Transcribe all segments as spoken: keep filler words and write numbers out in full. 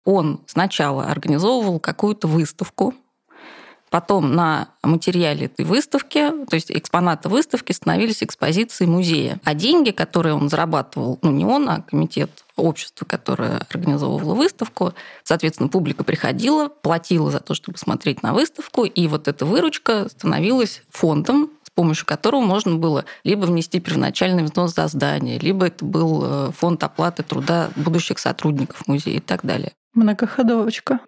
он сначала организовывал какую-то выставку, потом на материале этой выставки, то есть экспонаты выставки, становились экспозицией музея. А деньги, которые он зарабатывал, ну не он, а комитет общества, которое организовывало выставку, соответственно, публика приходила, платила за то, чтобы смотреть на выставку, и вот эта выручка становилась фондом, с помощью которого можно было либо внести первоначальный взнос за здание, либо это был фонд оплаты труда будущих сотрудников музея и так далее. Многоходовочка.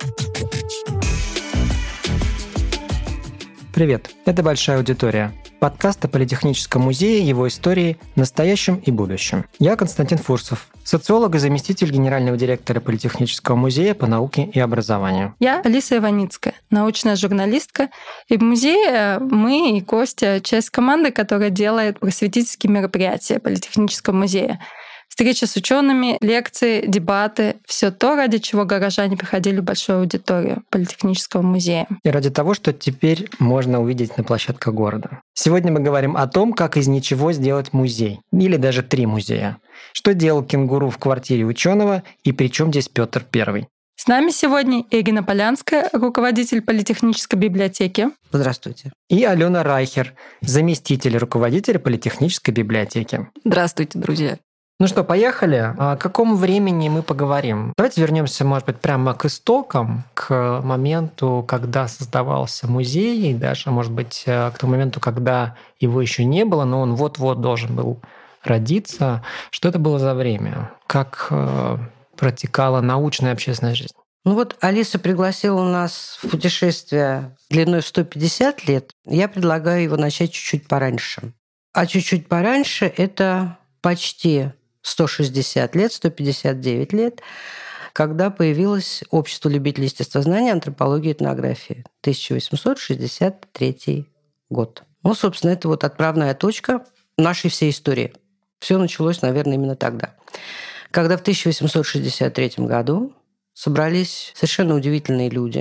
Привет, это «Большая аудитория». Подкаст о Политехническом музее, его истории, настоящем и будущем. Я Константин Фурсов, социолог и заместитель генерального директора Политехнического музея по науке и образованию. Я Алиса Иваницкая, научная журналистка. И в музее мы и Костя — часть команды, которая делает просветительские мероприятия Политехнического музея. Встречи с учеными, лекции, дебаты — все то, ради чего горожане приходили в большую аудиторию Политехнического музея. И ради того, что теперь можно увидеть на площадках города. Сегодня мы говорим о том, как из ничего сделать музей. Или даже три музея. Что делал кенгуру в квартире ученого и при чем здесь Петр Первый? С нами сегодня Ирина Полянская, руководитель Политехнической библиотеки. Здравствуйте. И Алена Райхер, заместитель руководителя Политехнической библиотеки. Здравствуйте, друзья. Ну что, поехали? О каком времени мы поговорим? Давайте вернемся, может быть, прямо к истокам, к моменту, когда создавался музей, и даже, может быть, к тому моменту, когда его еще не было, но он вот-вот должен был родиться. Что это было за время? Как протекала научная и общественная жизнь? Ну вот Алиса пригласила нас в путешествие длиной в сто пятьдесят лет. Я предлагаю его начать чуть-чуть пораньше. А чуть-чуть пораньше — это почти сто шестьдесят лет, сто пятьдесят девять лет, когда появилось Общество любителей естествознания, антропологии и этнографии. тысяча восемьсот шестьдесят третий год. Ну, собственно, это вот отправная точка нашей всей истории. Все началось, наверное, именно тогда. Когда в тысяча восемьсот шестьдесят третьем году собрались совершенно удивительные люди,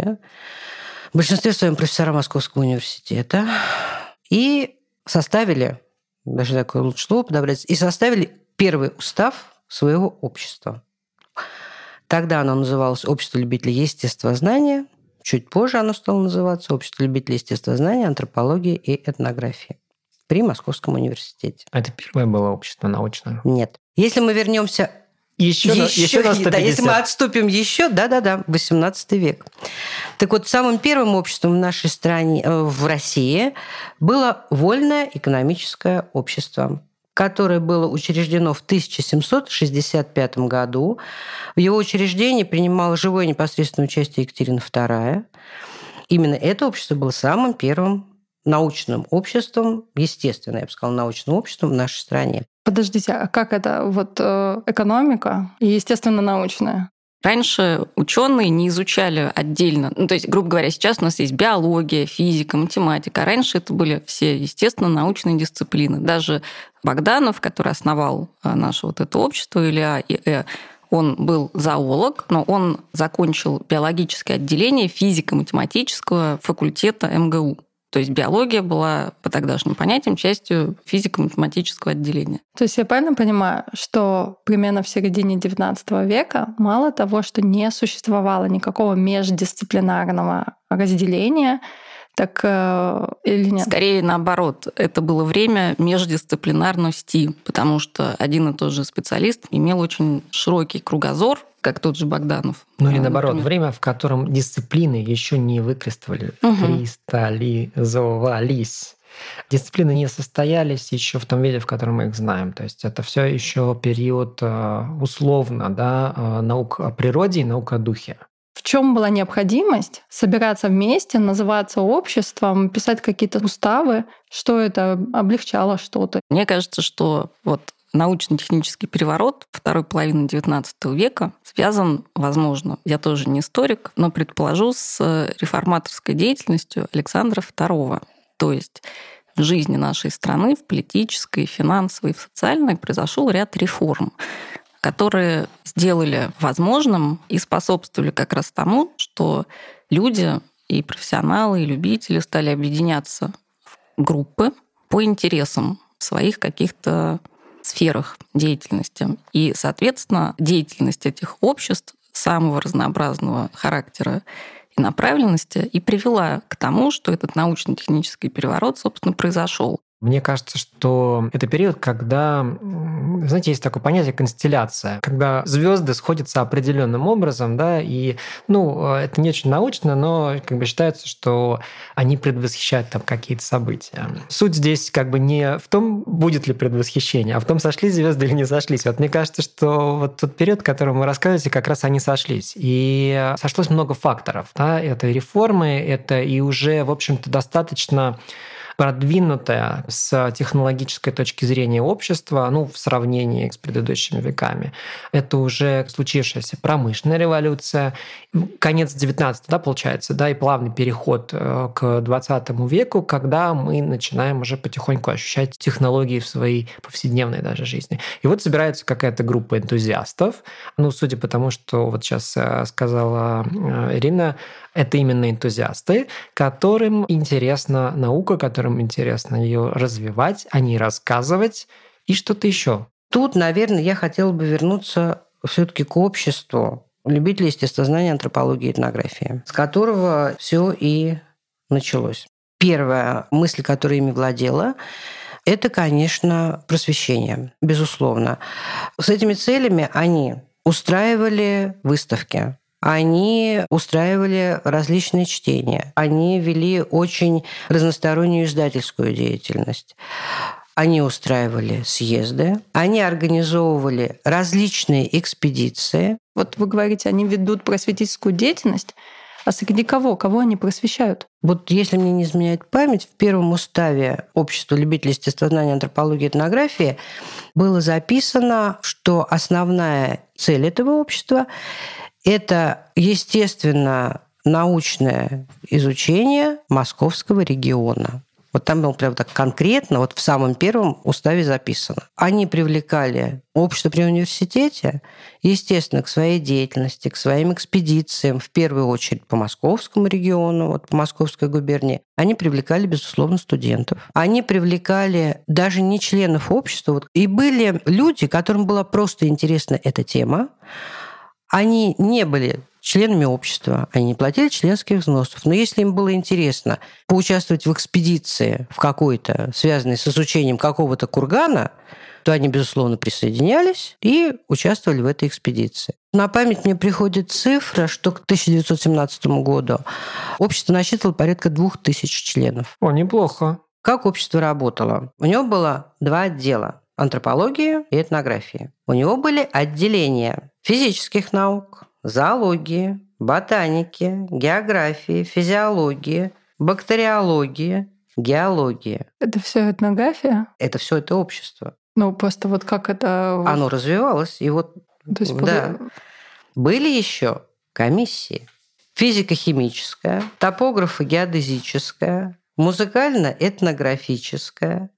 в большинстве своем профессора Московского университета, и составили, даже такое лучше слово подобрать, и составили первый устав своего общества. Тогда оно называлось «Общество любителей естествознания». Чуть позже оно стало называться «Общество любителей естествознания, антропологии и этнографии» при Московском университете. А это первое было общество научное? Нет. Если мы вернемся еще, еще, на, еще на сто пятьдесят. Да, если мы отступим еще, да-да-да, восемнадцатый век. Так вот, самым первым обществом в нашей стране, в России, было Вольное экономическое общество, которое было учреждено в тысяча семьсот шестьдесят пятом году. В его учреждении принимала живое непосредственное участие Екатерина вторая. Именно это общество было самым первым научным обществом, естественно, я бы сказала, научным обществом в нашей стране. Подождите, а как это вот экономика и, естественно, научная? Раньше ученые не изучали отдельно. Ну, то есть, грубо говоря, сейчас у нас есть биология, физика, математика. А раньше это были все, естественно, научные дисциплины. Даже Богданов, который основал наше вот это общество, Илья и Э, он был зоолог, но он закончил биологическое отделение физико-математического факультета эм гэ у. То есть биология была по тогдашним понятиям частью физико-математического отделения. То есть я правильно понимаю, что примерно в середине девятнадцатого века мало того, что не существовало никакого междисциплинарного разделения, так э, или нет? Скорее наоборот. Это было время междисциплинарности, потому что один и тот же специалист имел очень широкий кругозор, как тот же Богданов. Ну или наоборот, например. Время, в котором дисциплины еще не выкристалли, угу. кристаллизовались. Дисциплины не состоялись еще в том виде, в котором мы их знаем. То есть это все еще период условно, да, наук о природе и наук о духе. В чем была необходимость собираться вместе, называться обществом, писать какие-то уставы? Что это облегчало что-то? Мне кажется, что вот научно-технический переворот второй половины девятнадцатого века связан, возможно, я тоже не историк, но предположу, с реформаторской деятельностью Александра второго. То есть в жизни нашей страны, в политической, финансовой, в социальной произошел ряд реформ, которые сделали возможным и способствовали как раз тому, что люди и профессионалы, и любители стали объединяться в группы по интересам своих каких-то сферах деятельности. И, соответственно, деятельность этих обществ самого разнообразного характера и направленности и привела к тому, что этот научно-технический переворот, собственно, произошел. Мне кажется, что это период, когда, знаете, есть такое понятие констелляция, когда звезды сходятся определенным образом, да, и, ну, это не очень научно, но как бы считается, что они предвосхищают там какие-то события. Суть здесь как бы не в том, будет ли предвосхищение, а в том, сошлись звезды или не сошлись. Вот мне кажется, что вот тот период, о котором вы рассказываете, как раз они сошлись. И сошлось много факторов, да, это реформы, это и уже, в общем-то, достаточно продвинутое с технологической точки зрения общество, ну, в сравнении с предыдущими веками. Это уже случившаяся промышленная революция, конец девятнадцатого, да, получается, да, и плавный переход к двадцатому веку, когда мы начинаем уже потихоньку ощущать технологии в своей повседневной даже жизни. И вот собирается какая-то группа энтузиастов, ну, судя по тому, что вот сейчас сказала Ирина, это именно энтузиасты, которым интересна наука, которым интересно ее развивать, о ней рассказывать и что-то еще. Тут, наверное, я хотела бы вернуться все-таки к обществу любителей естествознания, антропологии и этнографии, с которого все и началось. Первая мысль, которая ими владела, это, конечно, просвещение, безусловно. С этими целями они устраивали выставки, они устраивали различные чтения, они вели очень разностороннюю издательскую деятельность. Они устраивали съезды, они организовывали различные экспедиции. Вот вы говорите, они ведут просветительскую деятельность, а среди кого? Кого они просвещают? Вот если мне не изменяет память, в первом уставе Общества любителей естествознания, антропологии и этнографии было записано, что основная цель этого общества – это, естественно, научное изучение московского региона. Вот там было прям так конкретно, вот в самом первом уставе записано. Они привлекали общество при университете, естественно, к своей деятельности, к своим экспедициям, в первую очередь по московскому региону, вот по Московской губернии. Они привлекали, безусловно, студентов. Они привлекали даже не членов общества. Вот. И были люди, которым была просто интересна эта тема. Они не были членами общества, они не платили членских взносов. Но если им было интересно поучаствовать в экспедиции в какой-то, связанной с изучением какого-то кургана, то они, безусловно, присоединялись и участвовали в этой экспедиции. На память мне приходит цифра, что к тысяча девятьсот семнадцатому году общество насчитывало порядка двух тысяч членов. О, неплохо. Как общество работало? У него было два отдела – антропологии и этнографии. У него были отделения физических наук, зоологии, ботаники, географии, физиологии, бактериологии, геологии. Это все этнография? Это все это общество. Ну, просто вот как это... Оно развивалось, и вот... То есть, да. под... Были еще комиссии. Физико-химическая, топографо-геодезическая, музыкально-этнографическая,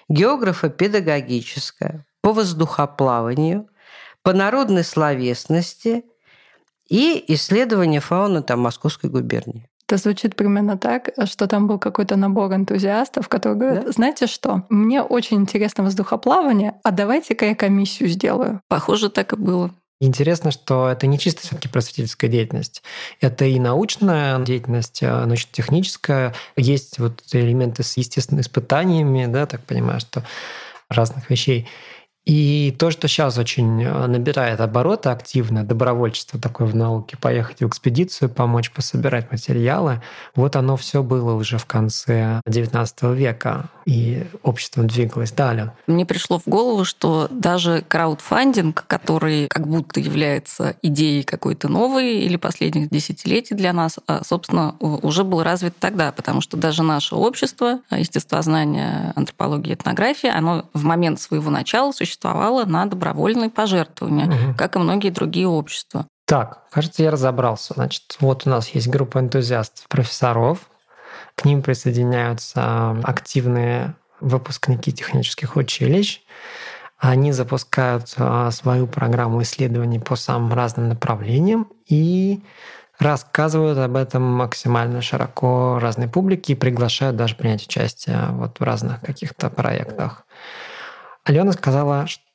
географо-педагогическая, по воздухоплаванию, по народной словесности и исследование фауны там, Московской губернии. Это звучит примерно так, что там был какой-то набор энтузиастов, которые говорят, да? Знаете что, мне очень интересно воздухоплавание, а давайте-ка я комиссию сделаю. Похоже, так и было. Интересно, что это не чисто все-таки просветительская деятельность. Это и научная деятельность, научно-техническая. Есть вот элементы с естественными испытаниями, да, так понимаю, что разных вещей. И то, что сейчас очень набирает обороты активно, добровольчество такое в науке, поехать в экспедицию, помочь пособирать материалы, вот оно все было уже в конце девятнадцатого века, и общество двигалось далее. Мне пришло в голову, что даже краудфандинг, который как будто является идеей какой-то новой или последних десятилетий для нас, собственно, уже был развит тогда, потому что даже наше общество естествознания, антропологии, этнографии, оно в момент своего начала существовало существовала на добровольные пожертвования, угу. как и многие другие общества. Так, кажется, я разобрался. Значит, вот у нас есть группа энтузиастов, профессоров. К ним присоединяются активные выпускники технических училищ. Они запускают свою программу исследований по самым разным направлениям и рассказывают об этом максимально широко разной публике и приглашают даже принять участие вот в разных каких-то проектах. Алена сказала,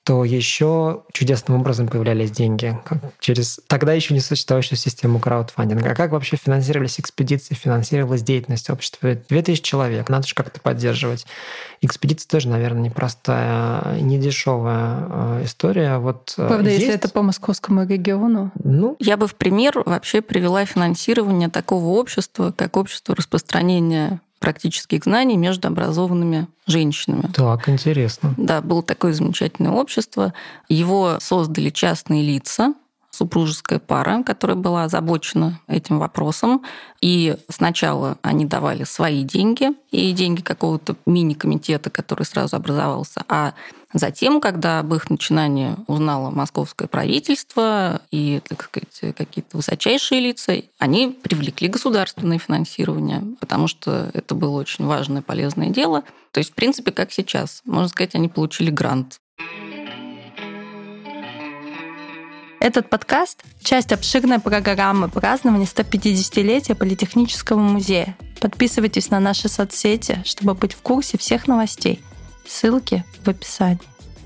что еще чудесным образом появлялись деньги как через тогда еще не существующую систему краудфандинга. А как вообще финансировались экспедиции, финансировалась деятельность общества? Две тысячи человек, надо же как-то поддерживать. Экспедиция тоже, наверное, непростая, не дешевая история. Вот правда, есть... если это по московскому региону? Ну, я бы в пример вообще привела финансирование такого общества, как общество распространения практических знаний между образованными женщинами. Так, интересно. Да, было такое замечательное общество. Его создали частные лица, супружеская пара, которая была озабочена этим вопросом. И сначала они давали свои деньги и деньги какого-то мини-комитета, который сразу образовался. А затем, когда об их начинании узнало московское правительство и, так сказать, какие-то высочайшие лица, они привлекли государственное финансирование, потому что это было очень важное, полезное дело. То есть, в принципе, как сейчас. Можно сказать, они получили грант. Этот подкаст — часть обширной программы празднования сто пятидесятилетия Политехнического музея. Подписывайтесь на наши соцсети, чтобы быть в курсе всех новостей. Ссылки в описании.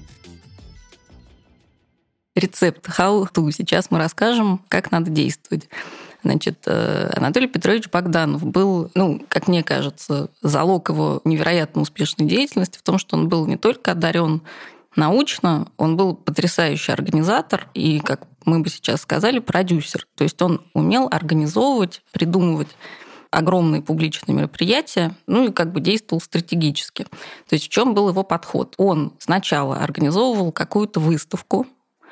Рецепт how to. Сейчас мы расскажем, как надо действовать. Значит, Анатолий Петрович Богданов был, ну, как мне кажется, залог его невероятно успешной деятельности в том, что он был не только одарен научно, он был потрясающий организатор и, как мы бы сейчас сказали, продюсер. То есть он умел организовывать, придумывать огромные публичные мероприятия, ну и как бы действовал стратегически. То есть в чем был его подход? Он сначала организовывал какую-то выставку,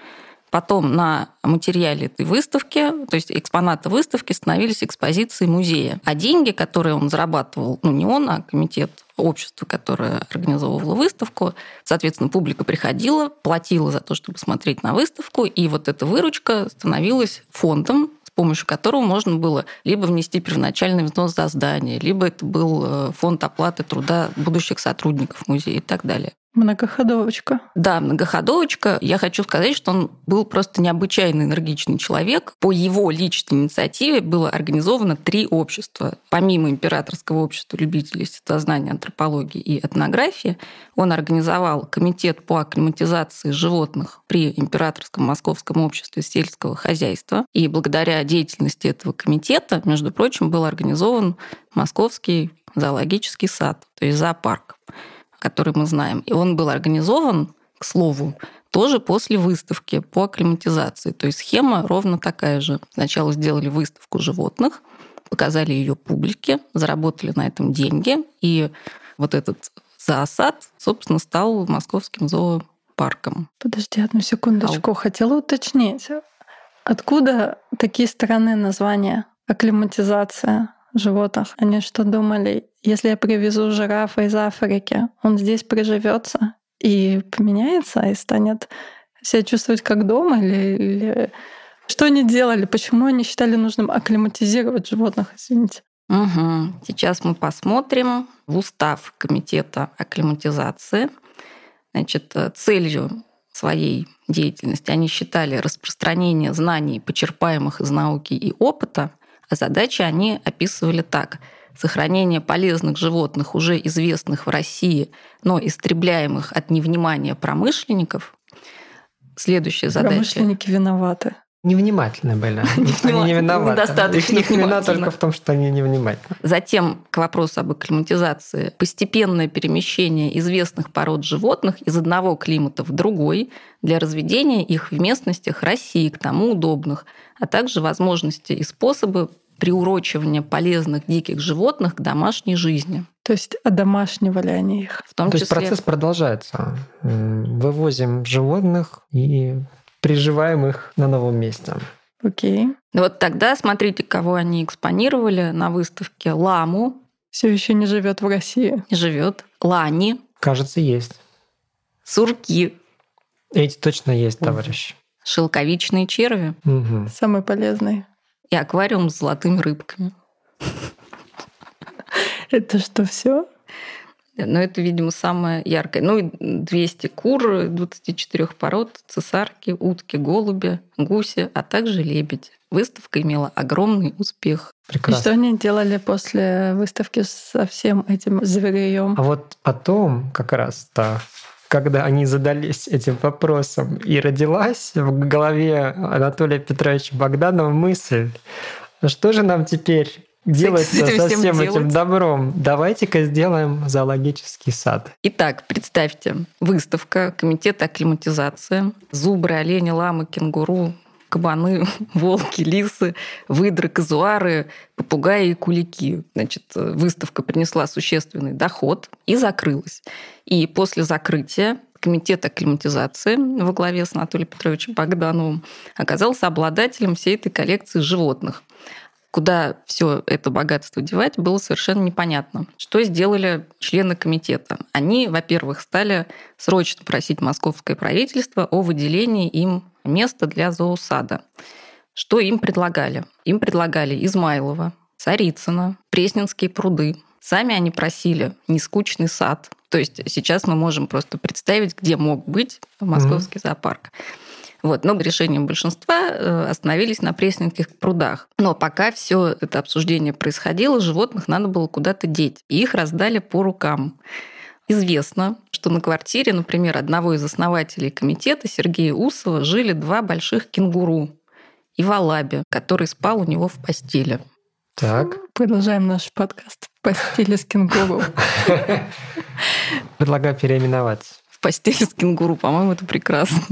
потом на материале этой выставки, то есть экспонаты выставки, становились экспозиции музея. А деньги, которые он зарабатывал, ну не он, а комитет общества, которое организовывало выставку, соответственно, публика приходила, платила за то, чтобы смотреть на выставку, и вот эта выручка становилась фондом, с помощью которого можно было либо внести первоначальный взнос за здание, либо это был фонд оплаты труда будущих сотрудников музея и так далее. Многоходовочка. Да, многоходовочка. Я хочу сказать, что он был просто необычайно энергичный человек. По его личной инициативе было организовано три общества. Помимо Императорского общества любителей естествознания, антропологии и этнографии, он организовал комитет по акклиматизации животных при Императорском Московском обществе сельского хозяйства. И благодаря деятельности этого комитета, между прочим, был организован Московский зоологический сад, то есть зоопарк, который мы знаем. И он был организован, к слову, тоже после выставки по акклиматизации. То есть схема ровно такая же. Сначала сделали выставку животных, показали ее публике, заработали на этом деньги, и вот этот зоосад, собственно, стал московским зоопарком. Подожди одну секундочку. Хотела уточнить, откуда такие странные названия? Акклиматизация животных. Они что думали, если я привезу жирафа из Африки, он здесь приживется и поменяется, и станет себя чувствовать как дома? Или, или... Что они делали? Почему они считали нужным акклиматизировать животных? Извините. Угу. Сейчас мы посмотрим в устав Комитета акклиматизации. Значит, целью своей деятельности они считали распространение знаний, почерпаемых из науки и опыта, а задачи они описывали так: сохранение полезных животных, уже известных в России, но истребляемых от невнимания промышленников. Следующая задача. Промышленники виноваты. Невнимательны были. Они не виноваты. Недостаточно Их вина только в том, что они невнимательны. Затем к вопросу об акклиматизации. Постепенное перемещение известных пород животных из одного климата в другой для разведения их в местностях России к тому удобных, а также возможности и способы приурочивания полезных диких животных к домашней жизни. То есть одомашнивали они их. В том То числе... есть процесс продолжается. Вывозим животных и приживаем их на новом месте. Окей. Вот тогда смотрите, кого они экспонировали на выставке. Ламу. Все еще не живет в России. Не живет. Лани. Кажется, есть. Сурки. Эти точно есть, товарищ. Шелковичные черви. Угу. Самый полезный. И аквариум с золотыми рыбками. Это что, все? Но это, видимо, самое яркое. Ну и двести кур, двадцать четыре пород, цесарки, утки, голуби, гуси, а также лебедь. Выставка имела огромный успех. Прекрасно. И что они делали после выставки со всем этим зверьем? А вот потом как раз-то когда они задались этим вопросом, и родилась в голове Анатолия Петровича Богданова мысль, что же нам теперь делать со всем этим добром? Давайте-ка сделаем зоологический сад. Итак, представьте, выставка комитета акклиматизации, зубры, олени, ламы, кенгуру, кабаны, волки, лисы, выдры, казуары, попугаи и кулики. Значит, выставка принесла существенный доход и закрылась. И после закрытия комитет акклиматизации во главе с Анатолием Петровичем Богдановым оказался обладателем всей этой коллекции животных. Куда все это богатство девать, было совершенно непонятно. Что сделали члены комитета? Они, во-первых, стали срочно просить московское правительство о выделении им места для зоосада. Что им предлагали? Им предлагали Измайлово, Царицыно, Пресненские пруды. Сами они просили нескучный сад. То есть сейчас мы можем просто представить, где мог быть московский mm-hmm. зоопарк. Вот. Но решением большинства остановились на Пресненских прудах. Но пока все это обсуждение происходило, животных надо было куда-то деть. И их раздали по рукам. Известно, что на квартире, например, одного из основателей комитета, Сергея Усова, жили два больших кенгуру и валаби, который спал у него в постели. Так. Продолжаем наш подкаст в постели с кенгуру. Предлагаю переименовать. В постели с кенгуру, по-моему, это прекрасно.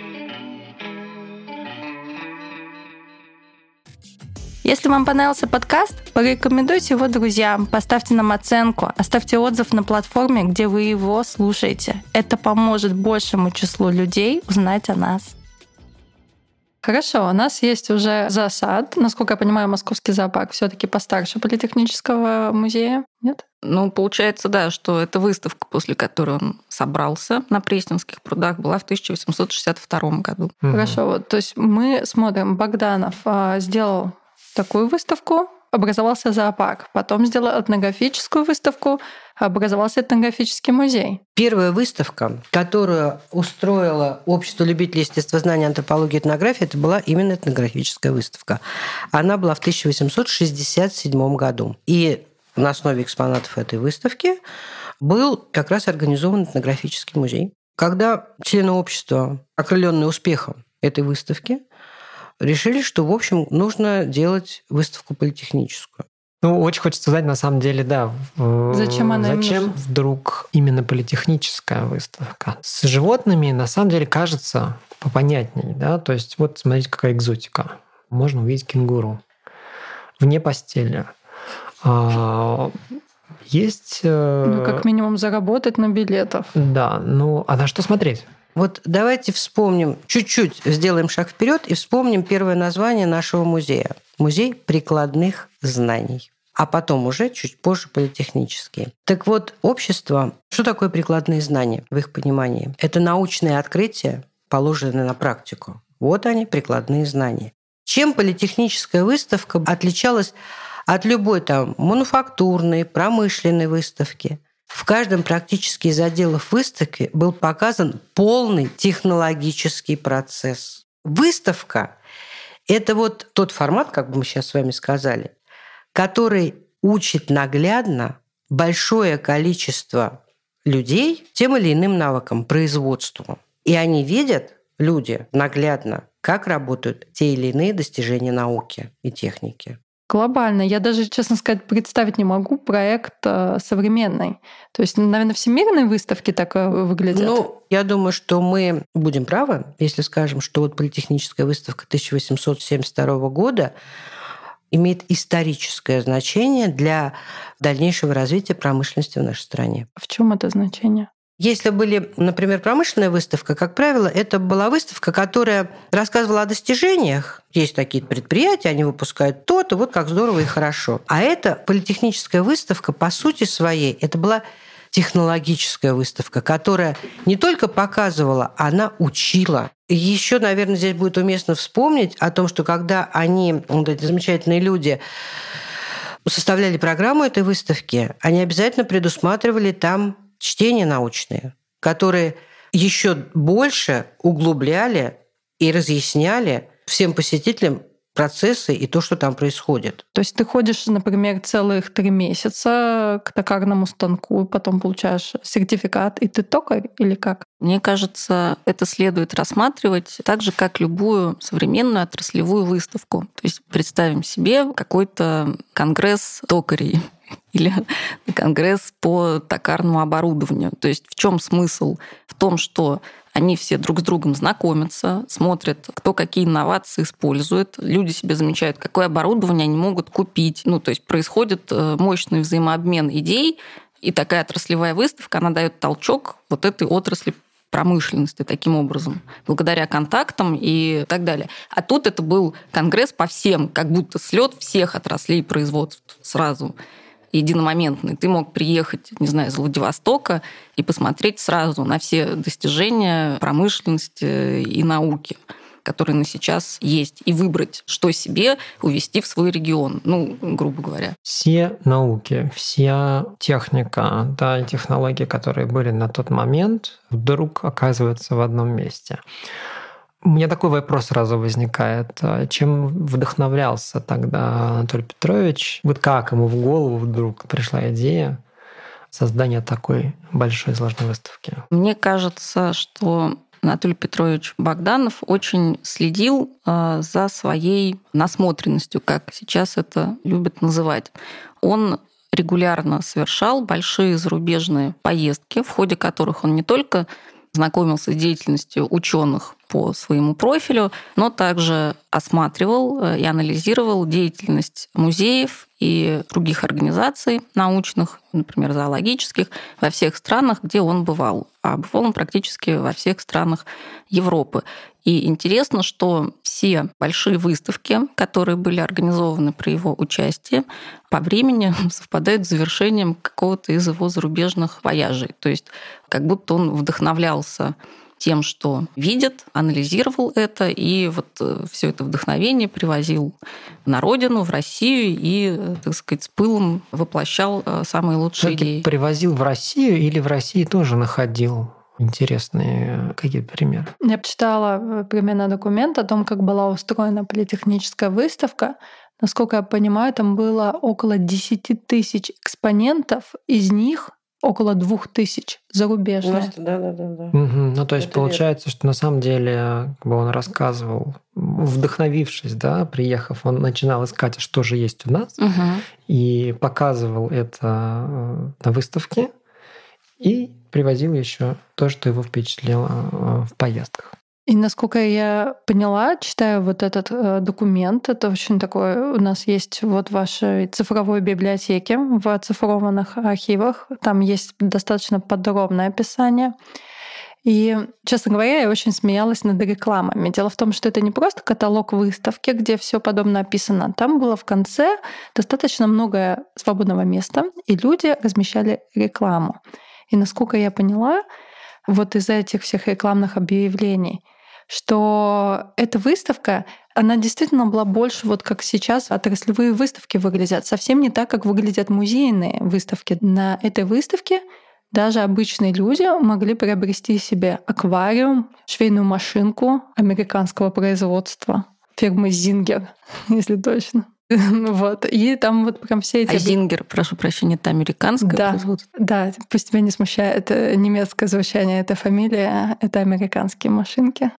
Если вам понравился подкаст, порекомендуйте его друзьям, поставьте нам оценку, оставьте отзыв на платформе, где вы его слушаете. Это поможет большему числу людей узнать о нас. Хорошо, у нас есть уже зоосад. Насколько я понимаю, Московский зоопарк все-таки постарше Политехнического музея, нет? Ну, получается, да, что эта выставка, после которой он собрался на Пресненских прудах, была в тысяча восемьсот шестьдесят втором году. Хорошо, вот, то есть мы смотрим, Богданов а, сделал такую выставку, образовался зоопарк. Потом сделал этнографическую выставку, образовался этнографический музей. Первая выставка, которую устроило Общество любителей естествознания, антропологии и этнографии, это была именно этнографическая выставка. Она была в тысяча восемьсот шестьдесят седьмом году. И на основе экспонатов этой выставки был как раз организован этнографический музей. Когда члены общества, окрыленные успехом этой выставки, решили, что, в общем, нужно делать выставку политехническую. Ну, очень хочется знать, на самом деле, да. Зачем она им Зачем нужна? вдруг именно политехническая выставка? С животными, на самом деле, кажется попонятней, да. То есть вот смотрите, какая экзотика. Можно увидеть кенгуру вне постели. Есть... Ну, как минимум заработать на билетах. Да, ну, а на что смотреть? Вот давайте вспомним, чуть-чуть сделаем шаг вперед и вспомним первое название нашего музея. Музей прикладных знаний. А потом уже чуть позже политехнические. Так вот, общество, что такое прикладные знания в их понимании? Это научные открытия, положенные на практику. Вот они, прикладные знания. Чем политехническая выставка отличалась от любой там мануфактурной, промышленной выставки? В каждом практически из отделов выставки был показан полный технологический процесс. Выставка – это вот тот формат, как бы мы сейчас с вами сказали, который учит наглядно большое количество людей тем или иным навыкам, производству. И они видят, люди, наглядно, как работают те или иные достижения науки и техники. Глобально. Я даже, честно сказать, представить не могу проект э, современный. То есть, наверное, всемирные выставки так э, выглядят. Ну, я думаю, что мы будем правы, если скажем, что вот политехническая выставка тысяча восемьсот семьдесят второго года имеет историческое значение для дальнейшего развития промышленности в нашей стране. В чем это значение? Если были, например, промышленная выставка, как правило, это была выставка, которая рассказывала о достижениях. Есть такие предприятия, они выпускают то-то, вот как здорово и хорошо. А эта политехническая выставка, по сути своей, это была технологическая выставка, которая не только показывала, она учила. И еще, наверное, здесь будет уместно вспомнить о том, что когда они, вот эти замечательные люди, составляли программу этой выставки, они обязательно предусматривали там чтения научные, которые еще больше углубляли и разъясняли всем посетителям процессы и то, что там происходит. То есть ты ходишь, например, целых три месяца к токарному станку, потом получаешь сертификат, и ты токарь или как? Мне кажется, это следует рассматривать так же, как любую современную отраслевую выставку. То есть представим себе какой-то конгресс токарей или конгресс по токарному оборудованию. То есть в чем смысл? В том, что они все друг с другом знакомятся, смотрят, кто какие инновации использует. Люди себе замечают, какое оборудование они могут купить. Ну, то есть происходит мощный взаимообмен идей, и такая отраслевая выставка, она дает толчок вот этой отрасли промышленности таким образом, благодаря контактам и так далее. А тут это был конгресс по всем, как будто слет всех отраслей производств сразу. Единомоментный. Ты мог приехать, не знаю, из Владивостока и посмотреть сразу на все достижения промышленности и науки, которые на сейчас есть, и выбрать, что себе увезти в свой регион, ну, грубо говоря. Все науки, вся техника, да, и технологии, которые были на тот момент, вдруг оказываются в одном месте. У меня такой вопрос сразу возникает. Чем вдохновлялся тогда Анатолий Петрович? Вот как ему в голову вдруг пришла идея создания такой большой сложной выставки? Мне кажется, что Анатолий Петрович Богданов очень следил за своей насмотренностью, как сейчас это любят называть. Он регулярно совершал большие зарубежные поездки, в ходе которых он не только знакомился с деятельностью ученых по своему профилю, но также осматривал и анализировал деятельность музеев и других организаций научных, например, зоологических, во всех странах, где он бывал. А бывал он практически во всех странах Европы. И интересно, что все большие выставки, которые были организованы при его участии, по времени совпадают с завершением какого-то из его зарубежных вояжей. То есть как будто он вдохновлялся тем, что видит, анализировал это, и вот все это вдохновение привозил на родину, в Россию, и, так сказать, с пылом воплощал самые лучшие идеи. Привозил в Россию или в России тоже находил интересные какие-то примеры? Я почитала примерно документ о том, как была устроена политехническая выставка. Насколько я понимаю, там было около десять тысяч экспонентов, из них около двух тысяч зарубежные. Да, да, да, да. Угу. Ну, то есть Это получается, верно. Что на самом деле, как бы он рассказывал, вдохновившись, да, приехав, он начинал искать, что же есть у нас, угу. и показывал это на выставке, и привозил еще то, что его впечатлило в поездках. И насколько я поняла, читаю вот этот э, документ, это очень такой, у нас есть вот в вашей цифровой библиотеке, в оцифрованных архивах, там есть достаточно подробное описание. И, честно говоря, я очень смеялась над рекламами. Дело в том, что это не просто каталог выставки, где все подобно описано. Там было в конце достаточно много свободного места, и люди размещали рекламу. И насколько я поняла, вот из-за этих всех рекламных объявлений, что эта выставка, она действительно была больше, вот как сейчас отраслевые выставки выглядят, совсем не так, как выглядят музейные выставки. На этой выставке даже обычные люди могли приобрести себе аквариум, швейную машинку американского производства, фирмы Зингер, если точно. Вот. И там вот прям все эти... А Зингер, прошу прощения, это американское да, производство? Да, пусть тебя не смущает немецкое звучание этой фамилии, это американские машинки.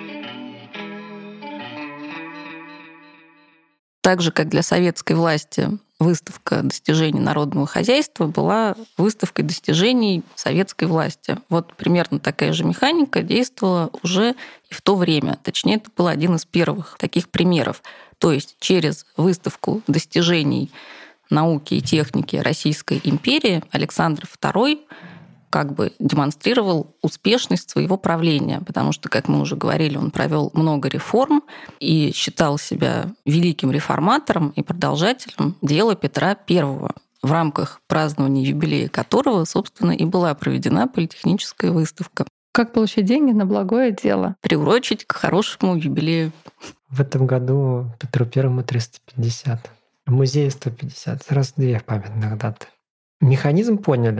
Так же, как для советской власти выставка достижений народного хозяйства была выставкой достижений советской власти. Вот примерно такая же механика действовала уже и в то время. Точнее, это был один из первых таких примеров. То есть через выставку достижений науки и техники Российской империи Александр второй как бы демонстрировал успешность своего правления, потому что, как мы уже говорили, он провел много реформ и считал себя великим реформатором и продолжателем дела Петра Первого, в рамках празднования юбилея которого, собственно, и была проведена политехническая выставка. Как получить деньги на благое дело? Приурочить к хорошему юбилею. В этом году Петру Первому триста пятьдесят, музею сто пятьдесят. Сразу две памятных даты. Механизм поняли.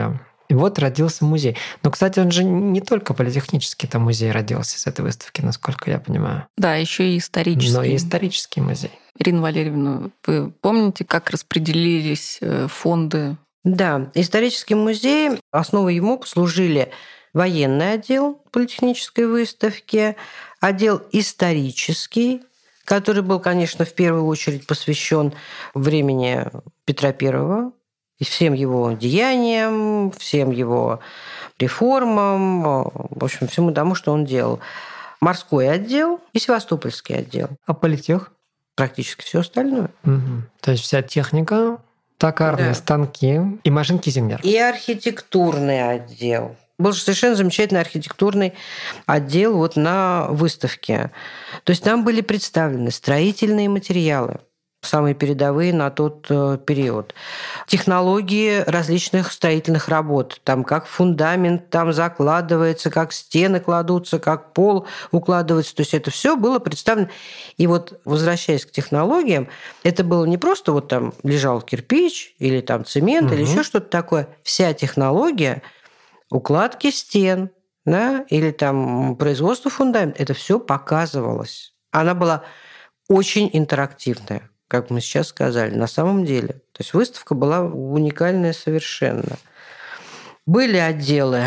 И вот родился музей. Но, кстати, он же не только политехнический там музей родился с этой выставки, насколько я понимаю. Да, еще и исторический. Но и исторический музей. Ирина Валерьевна, вы помните, как распределились фонды? Да, исторический музей, основой ему послужили военный отдел политехнической выставки, отдел исторический, который был, конечно, в первую очередь посвящен времени Петра Первого, и всем его деяниям, всем его реформам, в общем, всему тому, что он делал. Морской отдел и Севастопольский отдел. А политех? Практически все остальное. Угу. То есть вся техника, токарные да. станки и машинки Зиммер. И архитектурный отдел. Был совершенно замечательный архитектурный отдел вот на выставке. То есть там были представлены строительные материалы, самые передовые на тот период. Технологии различных строительных работ. Там как фундамент там закладывается, как стены кладутся, как пол укладывается. То есть это все было представлено. И вот, возвращаясь к технологиям, это было не просто вот там лежал кирпич или там цемент угу. или еще что-то такое. Вся технология укладки стен, да, или там производство фундамента, это все показывалось. Она была очень интерактивная, как мы сейчас сказали, на самом деле. То есть выставка была уникальная совершенно. Были отделы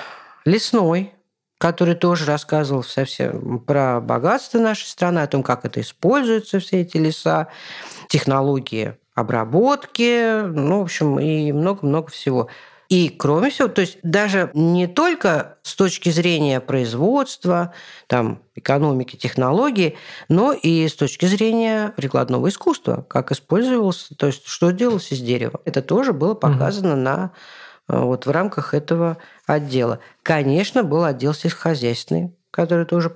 лесной, который тоже рассказывал совсем про богатство нашей страны, о том, как это используются, все эти леса, технологии обработки, ну, в общем, и много-много всего. И кроме всего, то есть даже не только с точки зрения производства, там, экономики, технологий, но и с точки зрения прикладного искусства, как использовалось, то есть что делалось из дерева. Это тоже было показано mm-hmm. на, вот, в рамках этого отдела. Конечно, был отдел сельскохозяйственный, который тоже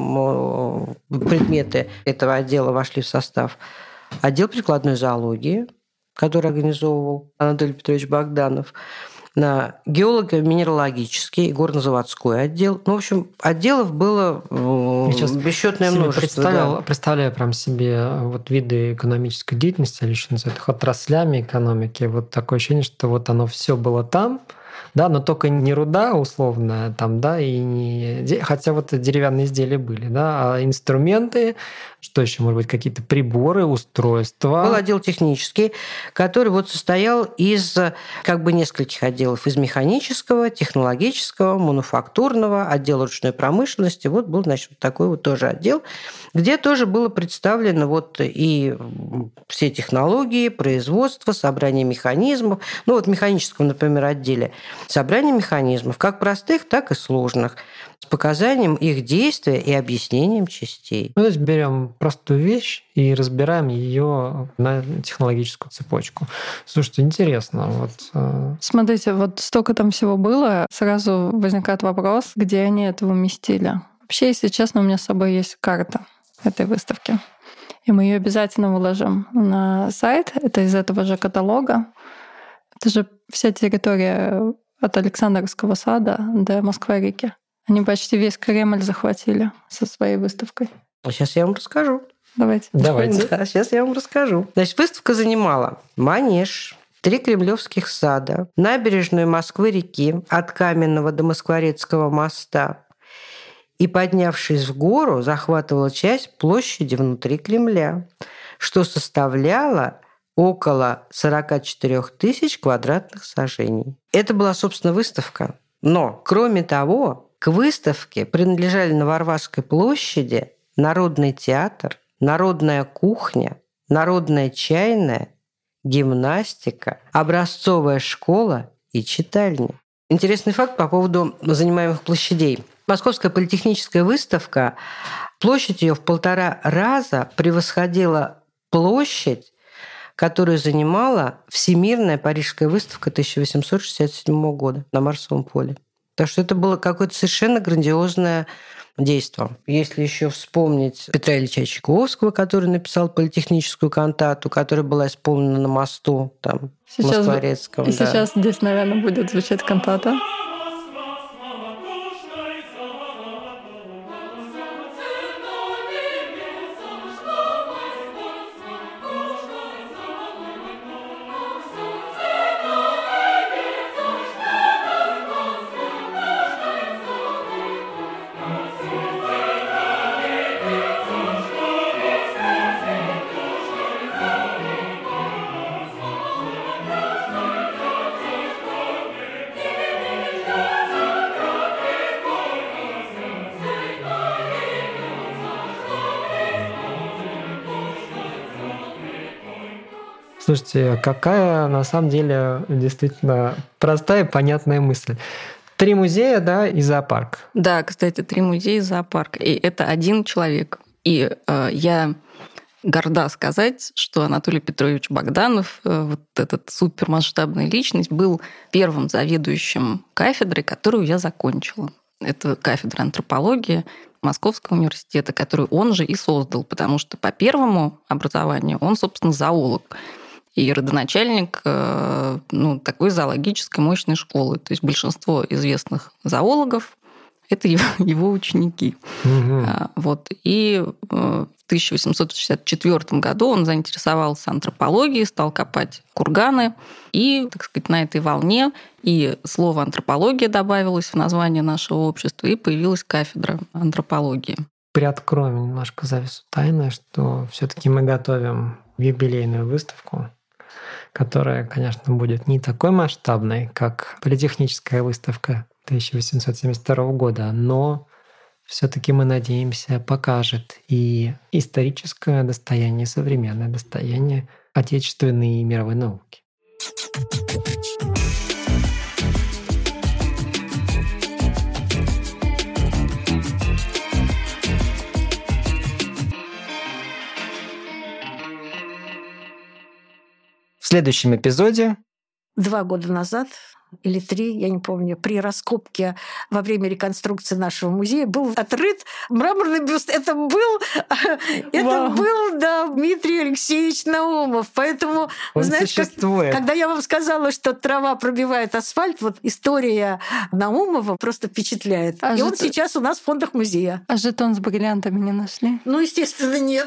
потом предметы этого отдела вошли в состав. Отдел прикладной зоологии, который организовывал Анатолий Петрович Богданов, на геолого-минералогический и горнозаводской отдел. Ну, в общем, отделов было сейчас бесчетное множество. Представляю, да. представляю прям себе вот виды экономической деятельности, или еще называют их отраслями экономики. Вот такое ощущение, что вот оно все было там, да, но только не руда условная там, да, и не... хотя вот деревянные изделия были, да, а инструменты, что еще, может быть, какие-то приборы, устройства. Был отдел технический, который вот состоял из как бы нескольких отделов. Из механического, технологического, мануфактурного, отдела ручной промышленности. Вот был, значит, такой вот тоже отдел, где тоже было представлено вот и все технологии, производство, собрание механизмов. Ну вот в механическом, например, отделе собрание механизмов, как простых, так и сложных, с показанием их действия и объяснением частей. Ну, то есть берем простую вещь и разбираем ее на технологическую цепочку. Слушайте, интересно. Вот. Смотрите, вот столько там всего было, сразу возникает вопрос, где они это уместили. Вообще, если честно, у меня с собой есть карта этой выставки, и мы ее обязательно выложим на сайт. Это из этого же каталога. Это же вся территория от Александровского сада до Москва-реки. Они почти весь Кремль захватили со своей выставкой. Сейчас я вам расскажу. Давайте. Давайте. Да, сейчас я вам расскажу. Значит, выставка занимала Манеж, три кремлевских сада, набережную Москвы-реки от Каменного до Москворецкого моста и, поднявшись в гору, захватывала часть площади внутри Кремля, что составляло около сорок четыре тысячи квадратных сажений. Это была, собственно, выставка. Но, кроме того, к выставке принадлежали на Варварской площади Народный театр, Народная кухня, Народная чайная, гимнастика, образцовая школа и читальня. Интересный факт по поводу занимаемых площадей. Московская политехническая выставка, площадь ее в полтора раза превосходила площадь, которую занимала Всемирная Парижская выставка тысяча восемьсот шестьдесят седьмого года на Марсовом поле. Так что это было какое-то совершенно грандиозное действие. Если еще вспомнить Петра Ильича Чайковского, который написал политехническую кантату, которая была исполнена на мосту там, сейчас, Москворецком. И да. сейчас здесь, наверное, будет звучать кантата. Слушайте, какая на самом деле действительно простая и понятная мысль. Три музея, да, и зоопарк. Да, кстати, три музея и зоопарк. И это один человек. И э, я горда сказать, что Анатолий Петрович Богданов, э, вот этот супермасштабная личность, был первым заведующим кафедрой, которую я закончила. Это кафедра антропологии Московского университета, которую он же и создал, потому что по первому образованию он, собственно, зоолог. И родоначальник ну, такой зоологической мощной школы. То есть большинство известных зоологов – это его, его ученики. Угу. Вот. И в тысяча восемьсот шестьдесят четвёртом году он заинтересовался антропологией, стал копать курганы. И, так сказать, на этой волне и слово «антропология» добавилось в название нашего общества, и появилась кафедра антропологии. Приоткроем немножко завесу тайны, что все-таки мы готовим юбилейную выставку, которая, конечно, будет не такой масштабной, как политехническая выставка тысяча восемьсот семьдесят второго года, но все-таки мы надеемся, покажет и историческое достояние, современное достояние отечественной и мировой науки. В следующем эпизоде... Два года назад или три, я не помню, при раскопке во время реконструкции нашего музея был отрыт мраморный бюст. Это был, это был, да, Дмитрий Алексеевич Наумов. Поэтому, он знаешь, как, когда я вам сказала, что трава пробивает асфальт, вот история Наумова просто впечатляет. А И жет... он сейчас у нас в фондах музея. А жетон с бриллиантами не нашли? Ну, естественно, нет.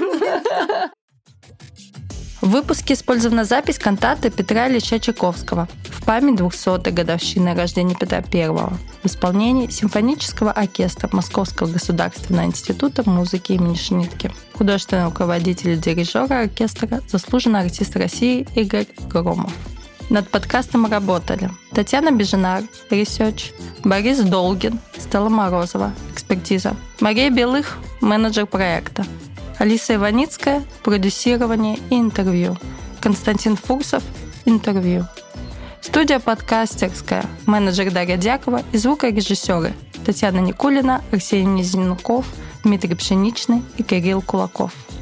В выпуске использована запись кантаты Петра Ильича Чайковского в память двухсотой годовщины рождения Петра Первого в исполнении симфонического оркестра Московского государственного института музыки имени Шнитке. Художественный руководитель и дирижер оркестра, заслуженный артист России Игорь Громов. Над подкастом работали Татьяна Беженар, ресерч, Борис Долгин, Стелла Морозова, экспертиза, Мария Белых, менеджер проекта, Алиса Иваницкая, продюсирование и интервью. Константин Фурсов, интервью. Студия подкастерская, менеджер Дарья Дьякова и звукорежиссеры Татьяна Никулина, Арсений Низенков, Дмитрий Пшеничный и Кирилл Кулаков.